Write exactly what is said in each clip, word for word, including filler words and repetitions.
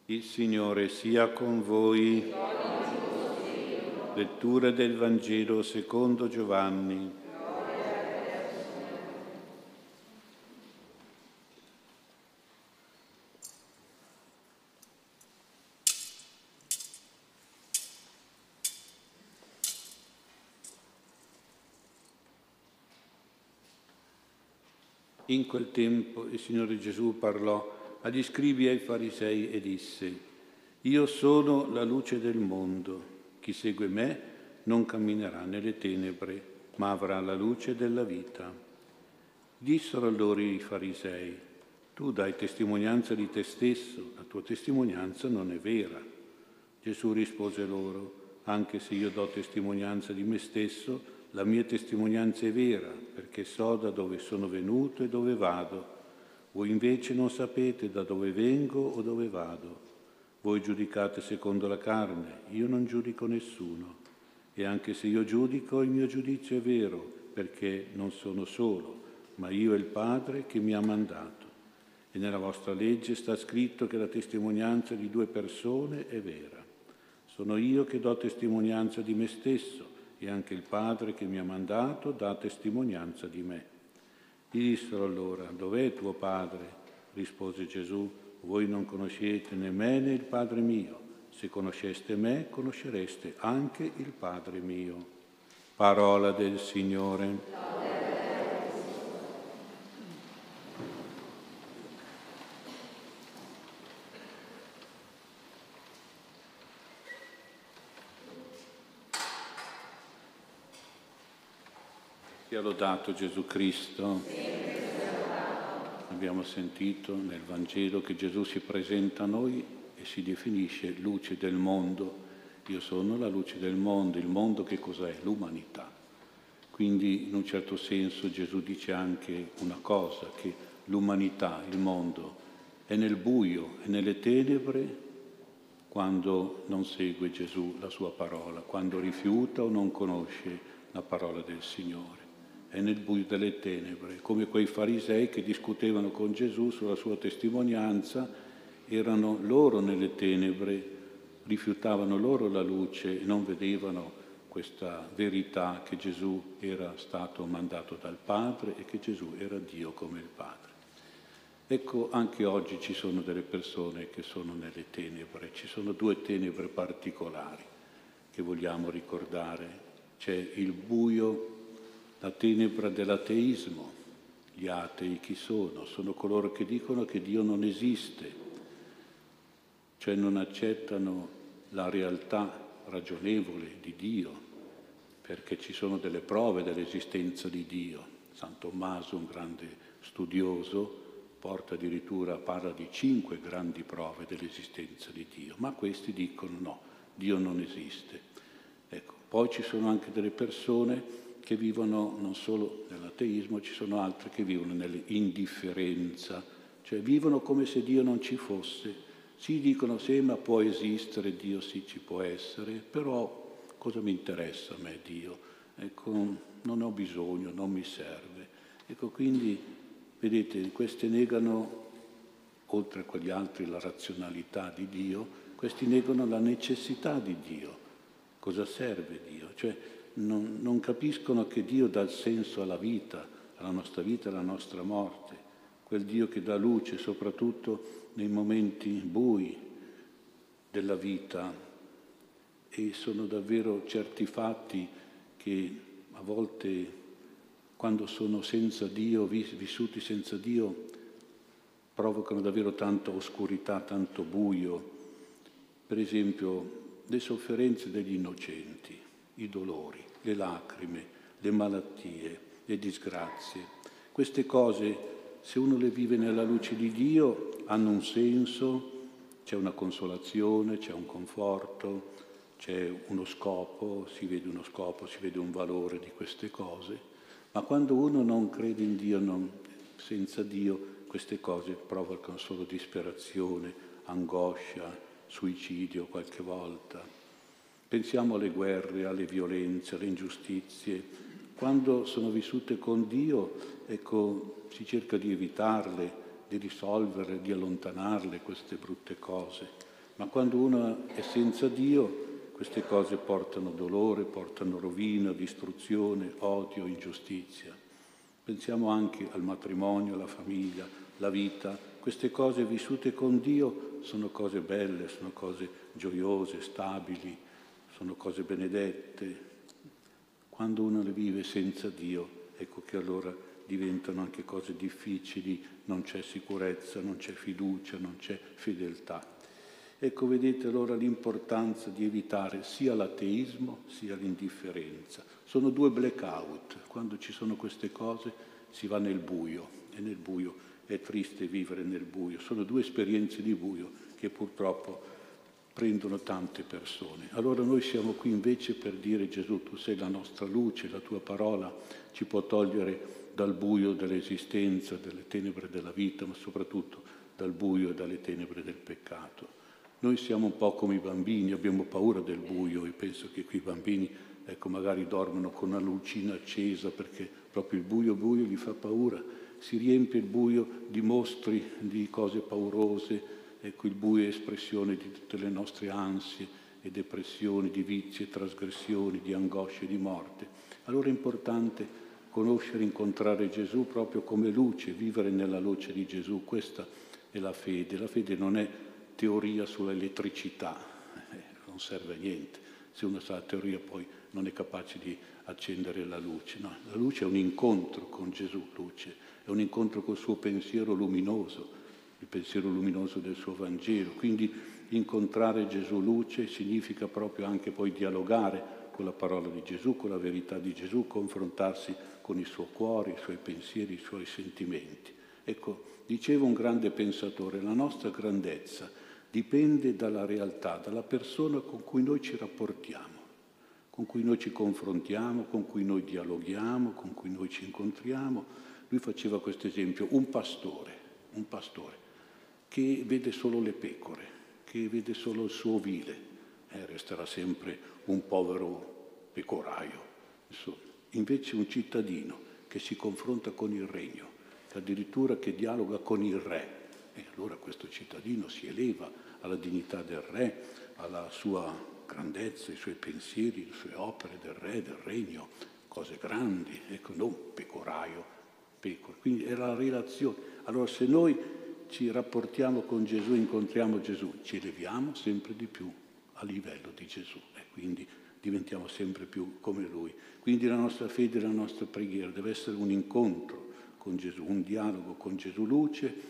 Il Signore sia con voi. Lettura del Vangelo secondo Giovanni. In quel tempo il Signore Gesù parlò agli scribi e ai farisei e disse: Io sono la luce del mondo. Chi segue me non camminerà nelle tenebre, ma avrà la luce della vita. Dissero allora i farisei: Tu dai testimonianza di te stesso, la tua testimonianza non è vera. Gesù rispose loro: Anche se io do testimonianza di me stesso, la mia testimonianza è vera, perché so da dove sono venuto e dove vado. Voi invece non sapete da dove vengo o dove vado. Voi giudicate secondo la carne, io non giudico nessuno. E anche se io giudico, il mio giudizio è vero, perché non sono solo, ma io e il Padre che mi ha mandato. E nella vostra legge sta scritto che la testimonianza di due persone è vera. Sono io che do testimonianza di me stesso, e anche il Padre che mi ha mandato dà testimonianza di me. Gli dissero allora: Dov'è tuo Padre? Rispose Gesù: Voi non conoscete né me né il Padre mio. Se conosceste me, conoscereste anche il Padre mio. Parola del Signore. Sia lodato Gesù Cristo. Abbiamo sentito nel Vangelo che Gesù si presenta a noi e si definisce luce del mondo. Io sono la luce del mondo. Il mondo che cos'è? L'umanità. Quindi in un certo senso Gesù dice anche una cosa, che l'umanità, il mondo, è nel buio, è nelle tenebre quando non segue Gesù la sua parola, quando rifiuta o non conosce la parola del Signore. È nel buio delle tenebre, come quei farisei che discutevano con Gesù sulla sua testimonianza, erano loro nelle tenebre, rifiutavano loro la luce e non vedevano questa verità che Gesù era stato mandato dal Padre e che Gesù era Dio come il Padre. Ecco, anche oggi ci sono delle persone che sono nelle tenebre, ci sono due tenebre particolari che vogliamo ricordare. C'è il buio, la tenebra dell'ateismo. Gli atei chi sono? Sono coloro che dicono che Dio non esiste, cioè non accettano la realtà ragionevole di Dio, perché ci sono delle prove dell'esistenza di Dio. San Tommaso, un grande studioso, porta addirittura, parla di cinque grandi prove dell'esistenza di Dio, ma questi dicono no, Dio non esiste. Ecco, poi ci sono anche delle persone che vivono non solo nell'ateismo, ci sono altre che vivono nell'indifferenza, cioè vivono come se Dio non ci fosse. Si dicono sì, ma può esistere, Dio sì ci può essere, però cosa mi interessa a me Dio? Ecco, non ho bisogno, non mi serve. Ecco, quindi, vedete, questi negano, oltre a quegli altri, la razionalità di Dio, questi negano la necessità di Dio. Cosa serve Dio? Cioè, Non, non capiscono che Dio dà il senso alla vita, alla nostra vita e alla nostra morte, quel Dio che dà luce soprattutto nei momenti bui della vita, e sono davvero certi fatti che a volte, quando sono senza Dio, vissuti senza Dio, provocano davvero tanta oscurità, tanto buio. Per esempio, le sofferenze degli innocenti, i dolori, le lacrime, le malattie, le disgrazie. Queste cose, se uno le vive nella luce di Dio, hanno un senso, c'è una consolazione, c'è un conforto, c'è uno scopo, si vede uno scopo, si vede un valore di queste cose. Ma quando uno non crede in Dio, non, senza Dio, queste cose provocano solo disperazione, angoscia, suicidio qualche volta. Pensiamo alle guerre, alle violenze, alle ingiustizie. Quando sono vissute con Dio, ecco, si cerca di evitarle, di risolverle, di allontanarle queste brutte cose. Ma quando uno è senza Dio, queste cose portano dolore, portano rovina, distruzione, odio, ingiustizia. Pensiamo anche al matrimonio, alla famiglia, la vita. Queste cose vissute con Dio sono cose belle, sono cose gioiose, stabili, sono cose benedette. Quando uno le vive senza Dio, ecco che allora diventano anche cose difficili, non c'è sicurezza, non c'è fiducia, non c'è fedeltà. Ecco, vedete allora l'importanza di evitare sia l'ateismo sia l'indifferenza. Sono due blackout. Quando ci sono queste cose si va nel buio, e nel buio è triste vivere nel buio. Sono due esperienze di buio che purtroppo prendono tante persone. Allora noi siamo qui invece per dire: Gesù, tu sei la nostra luce, la tua parola ci può togliere dal buio dell'esistenza, delle tenebre della vita, ma soprattutto dal buio e dalle tenebre del peccato. Noi siamo un po' come i bambini, abbiamo paura del buio, e penso che qui i bambini, ecco, magari dormono con una lucina accesa perché proprio il buio buio gli fa paura. Si riempie il buio di mostri, di cose paurose. Ecco, il buio è espressione di tutte le nostre ansie e depressioni, di vizi e trasgressioni, di angosce e di morte. Allora è importante conoscere, incontrare Gesù proprio come luce, vivere nella luce di Gesù. Questa è la fede. La fede non è teoria sull'elettricità, eh, non serve a niente. Se uno sa la teoria poi non è capace di accendere la luce. No, la luce è un incontro con Gesù, luce, è un incontro col suo pensiero luminoso, il pensiero luminoso del suo Vangelo. Quindi incontrare Gesù luce significa proprio anche poi dialogare con la parola di Gesù, con la verità di Gesù, confrontarsi con il suo cuore, i suoi pensieri, i suoi sentimenti. Ecco, diceva un grande pensatore, la nostra grandezza dipende dalla realtà, dalla persona con cui noi ci rapportiamo, con cui noi ci confrontiamo, con cui noi dialoghiamo, con cui noi ci incontriamo. Lui faceva questo esempio: un pastore, un pastore che vede solo le pecore, che vede solo il suo ovile, eh, resterà sempre un povero pecoraio. Insomma, invece un cittadino che si confronta con il regno, che addirittura che dialoga con il re, e allora questo cittadino si eleva alla dignità del re, alla sua grandezza, i suoi pensieri, le sue opere del re, del regno, cose grandi, ecco, non pecoraio, pecore. Quindi era la relazione. Allora se noi ci rapportiamo con Gesù, incontriamo Gesù, ci eleviamo sempre di più a livello di Gesù e quindi diventiamo sempre più come Lui. Quindi la nostra fede, la nostra preghiera deve essere un incontro con Gesù, un dialogo con Gesù luce.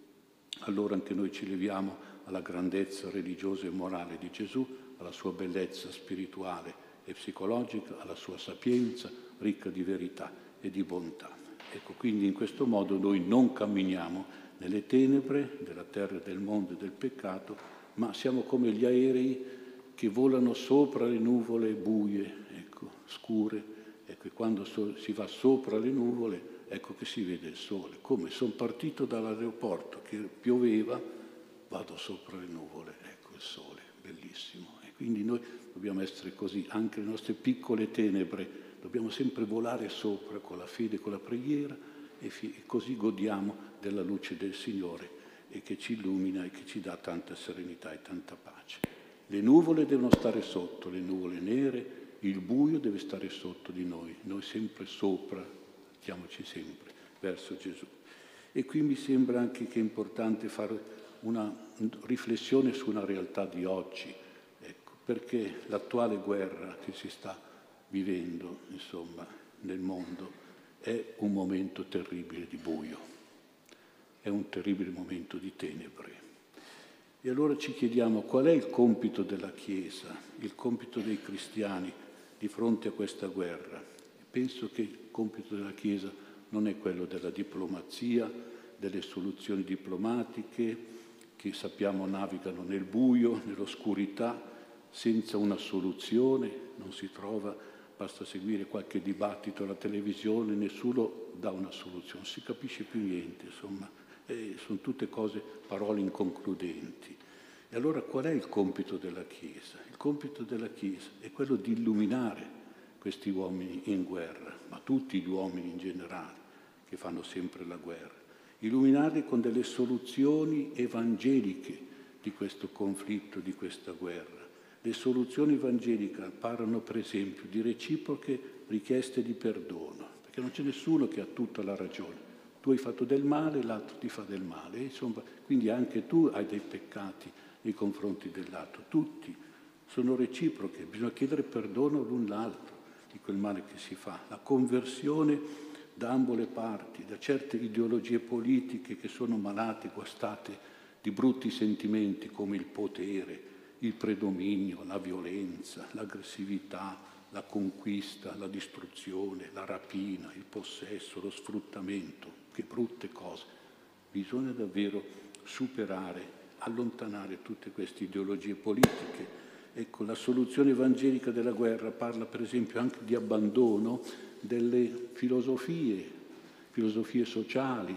Allora anche noi ci leviamo alla grandezza religiosa e morale di Gesù, alla sua bellezza spirituale e psicologica, alla sua sapienza ricca di verità e di bontà. Ecco, quindi in questo modo noi non camminiamo nelle tenebre della terra, del mondo e del peccato, ma siamo come gli aerei che volano sopra le nuvole buie, ecco, scure. Ecco, e quando so- si va sopra le nuvole, ecco che si vede il sole. Come sono partito dall'aeroporto che pioveva, vado sopra le nuvole, ecco il sole, bellissimo. E quindi noi dobbiamo essere così, anche le nostre piccole tenebre, dobbiamo sempre volare sopra con la fede, con la preghiera, e, fi- e così godiamo della luce del Signore e che ci illumina e che ci dà tanta serenità e tanta pace. Le nuvole devono stare sotto, le nuvole nere, il buio deve stare sotto di noi, noi sempre sopra, mettiamoci sempre verso Gesù. E qui mi sembra anche che è importante fare una riflessione su una realtà di oggi, ecco, perché l'attuale guerra che si sta vivendo, insomma, nel mondo è un momento terribile di buio, è un terribile momento di tenebre. E allora ci chiediamo qual è il compito della Chiesa, il compito dei cristiani di fronte a questa guerra. Penso che il compito della Chiesa non è quello della diplomazia, delle soluzioni diplomatiche che sappiamo navigano nel buio, nell'oscurità, senza una soluzione, non si trova, basta seguire qualche dibattito alla televisione, nessuno dà una soluzione, non si capisce più niente, insomma, eh, sono tutte cose, parole inconcludenti. E allora qual è il compito della Chiesa? Il compito della Chiesa è quello di illuminare questi uomini in guerra, ma tutti gli uomini in generale che fanno sempre la guerra, illuminarli con delle soluzioni evangeliche di questo conflitto, di questa guerra. Le soluzioni evangeliche parlano per esempio di reciproche richieste di perdono, perché non c'è nessuno che ha tutta la ragione. Tu hai fatto del male, l'altro ti fa del male, insomma, quindi anche tu hai dei peccati nei confronti dell'altro. Tutti sono reciproche, bisogna chiedere perdono l'un l'altro di quel male che si fa. La conversione da ambo le parti, da certe ideologie politiche che sono malate, guastate di brutti sentimenti come il potere, il predominio, la violenza, l'aggressività, la conquista, la distruzione, la rapina, il possesso, lo sfruttamento. Che brutte cose. Bisogna davvero superare, allontanare tutte queste ideologie politiche. Ecco, la soluzione evangelica della guerra parla per esempio anche di abbandono delle filosofie, filosofie sociali,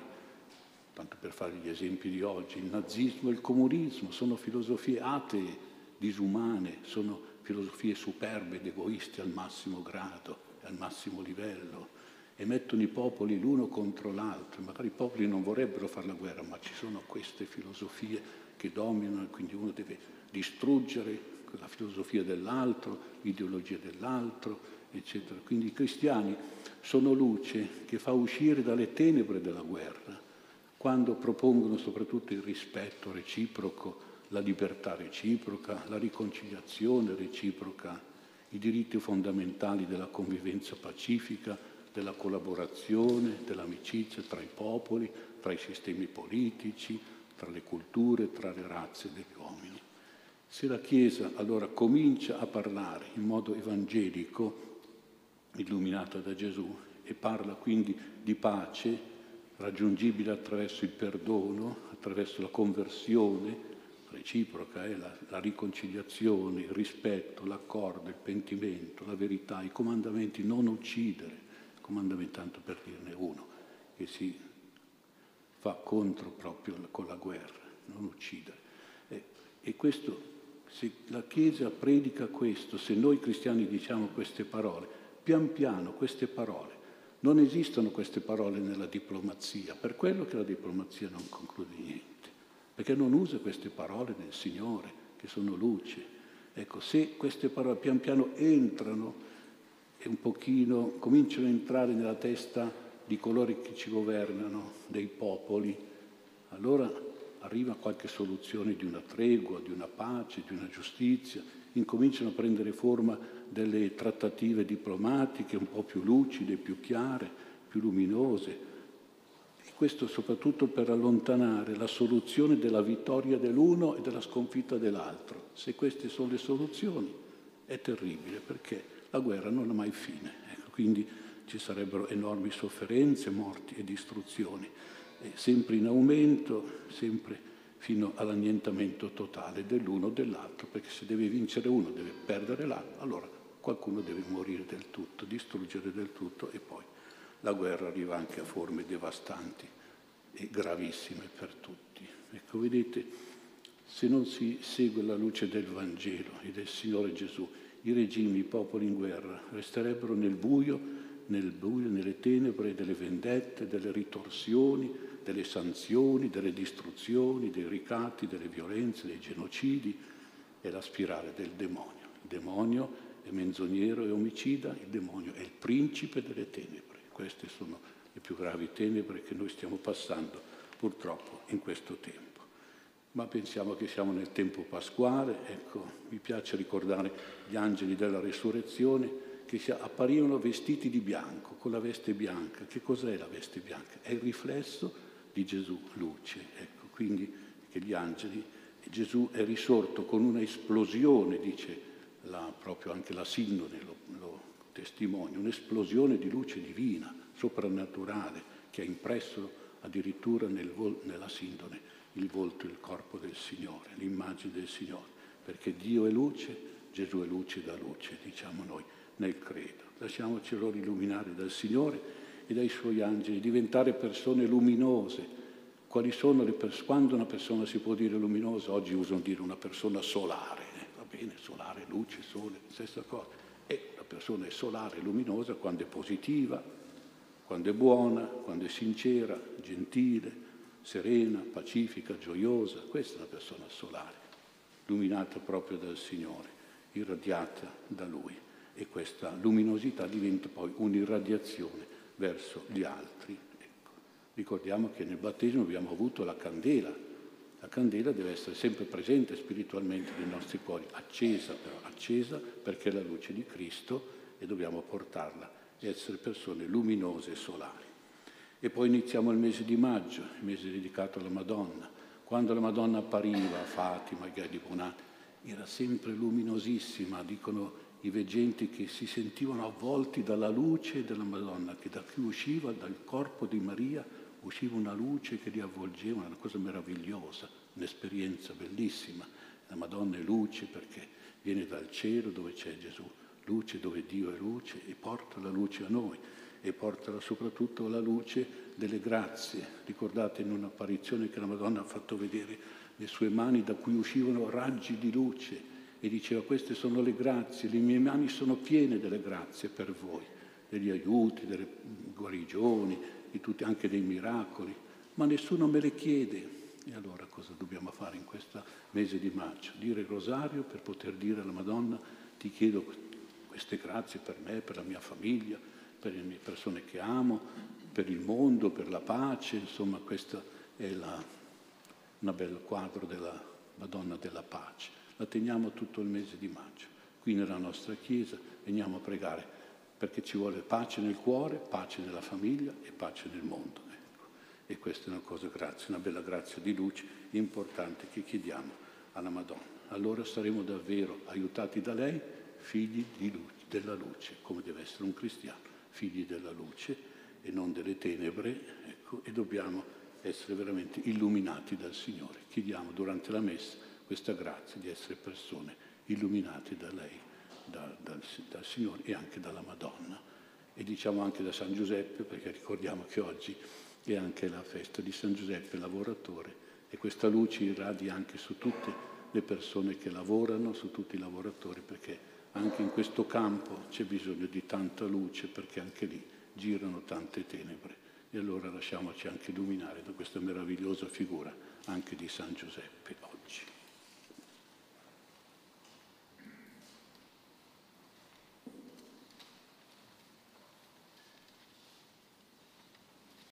tanto per fare gli esempi di oggi, il nazismo e il comunismo sono filosofie atee, disumane, sono filosofie superbe ed egoiste al massimo grado, al massimo livello, e mettono i popoli l'uno contro l'altro. Magari i popoli non vorrebbero fare la guerra, ma ci sono queste filosofie che dominano, e quindi uno deve distruggere la filosofia dell'altro, l'ideologia dell'altro, eccetera. Quindi i cristiani sono luce che fa uscire dalle tenebre della guerra, quando propongono soprattutto il rispetto reciproco, la libertà reciproca, la riconciliazione reciproca, i diritti fondamentali della convivenza pacifica, della collaborazione, dell'amicizia tra i popoli, tra i sistemi politici, tra le culture, tra le razze degli uomini. Se la Chiesa allora comincia a parlare in modo evangelico, illuminata da Gesù, e parla quindi di pace raggiungibile attraverso il perdono, attraverso la conversione reciproca, eh, la, la riconciliazione, il rispetto, l'accordo, il pentimento, la verità, i comandamenti, non uccidere, comandamento tanto per dirne uno, che si fa contro proprio con la guerra, non uccidere. E, e questo, se la Chiesa predica questo, se noi cristiani diciamo queste parole, pian piano queste parole, non esistono queste parole nella diplomazia, per quello che la diplomazia non conclude niente, perché non usa queste parole del Signore, che sono luce. Ecco, se queste parole pian piano entrano e un pochino cominciano a entrare nella testa di coloro che ci governano, dei popoli, allora arriva qualche soluzione di una tregua, di una pace, di una giustizia, incominciano a prendere forma delle trattative diplomatiche un po' più lucide, più chiare, più luminose. E questo soprattutto per allontanare la soluzione della vittoria dell'uno e della sconfitta dell'altro. Se queste sono le soluzioni è terribile, perché la guerra non ha mai fine. Ecco, quindi ci sarebbero enormi sofferenze, morti e distruzioni, e sempre in aumento, sempre fino all'annientamento totale dell'uno o dell'altro, perché se deve vincere uno, deve perdere l'altro, allora qualcuno deve morire del tutto, distruggere del tutto, e poi la guerra arriva anche a forme devastanti e gravissime per tutti. Ecco, vedete, se non si segue la luce del Vangelo e del Signore Gesù, i regimi, i popoli in guerra resterebbero nel buio, nel buio, nelle tenebre delle vendette, delle ritorsioni, delle sanzioni, delle distruzioni, dei ricatti, delle violenze, dei genocidi. È la spirale del demonio. Il demonio è menzognero e omicida, il demonio è il principe delle tenebre. Queste sono le più gravi tenebre che noi stiamo passando purtroppo in questo tempo. Ma pensiamo che siamo nel tempo pasquale, ecco, mi piace ricordare gli angeli della resurrezione che apparivano vestiti di bianco, con la veste bianca. Che cos'è la veste bianca? È il riflesso di Gesù, luce. Ecco, quindi che gli angeli, Gesù è risorto con una esplosione, dice la, proprio anche la sindone lo, lo testimonia, un'esplosione di luce divina, soprannaturale, che ha impresso addirittura nel, nella sindone il volto e il corpo del Signore, l'immagine del Signore, perché Dio è luce, Gesù è luce da luce, diciamo noi, nel credo. Lasciamoci allora illuminare dal Signore e dai Suoi angeli, diventare persone luminose. Quali sono le persone? Quando una persona si può dire luminosa? Oggi usano dire una persona solare, eh? Va bene, solare, luce, sole, stessa cosa. E la persona è solare, luminosa quando è positiva, quando è buona, quando è sincera, gentile, serena, pacifica, gioiosa. Questa è una persona solare, illuminata proprio dal Signore, irradiata da Lui. E questa luminosità diventa poi un'irradiazione verso gli altri. Ecco. Ricordiamo che nel battesimo abbiamo avuto la candela. La candela deve essere sempre presente spiritualmente nei nostri cuori, accesa però, accesa perché è la luce di Cristo e dobbiamo portarla e essere persone luminose e solari. E poi iniziamo il mese di maggio, il mese dedicato alla Madonna. Quando la Madonna appariva a Fatima, a Gaia di Bonate, era sempre luminosissima, dicono i veggenti che si sentivano avvolti dalla luce della Madonna, che da cui usciva, dal corpo di Maria, usciva una luce che li avvolgeva, una cosa meravigliosa, un'esperienza bellissima. La Madonna è luce perché viene dal cielo dove c'è Gesù, luce dove Dio è luce e porta la luce a noi e porta soprattutto la luce delle grazie. Ricordate in un'apparizione che la Madonna ha fatto vedere le sue mani da cui uscivano raggi di luce e diceva: queste sono le grazie, le mie mani sono piene delle grazie per voi, degli aiuti, delle guarigioni, di tutti, anche dei miracoli, ma nessuno me le chiede. E allora cosa dobbiamo fare in questo mese di maggio? Dire il rosario per poter dire alla Madonna: ti chiedo queste grazie per me, per la mia famiglia, per le mie persone che amo, per il mondo, per la pace. Insomma, questo è la, un bel quadro della Madonna della pace. La teniamo tutto il mese di maggio. Qui nella nostra Chiesa veniamo a pregare perché ci vuole pace nel cuore, pace nella famiglia e pace nel mondo. Ecco. E questa è una cosa, grazie, una bella grazia di luce importante che chiediamo alla Madonna. Allora saremo davvero aiutati da lei, figli di luce, della luce, come deve essere un cristiano, figli della luce e non delle tenebre, ecco, e dobbiamo essere veramente illuminati dal Signore. Chiediamo durante la Messa questa grazia di essere persone illuminate da lei. Dal, dal, dal Signore e anche dalla Madonna, e diciamo anche da San Giuseppe, perché ricordiamo che oggi è anche la festa di San Giuseppe lavoratore e questa luce irradia anche su tutte le persone che lavorano, su tutti i lavoratori, perché anche in questo campo c'è bisogno di tanta luce, perché anche lì girano tante tenebre. E allora lasciamoci anche illuminare da questa meravigliosa figura anche di San Giuseppe.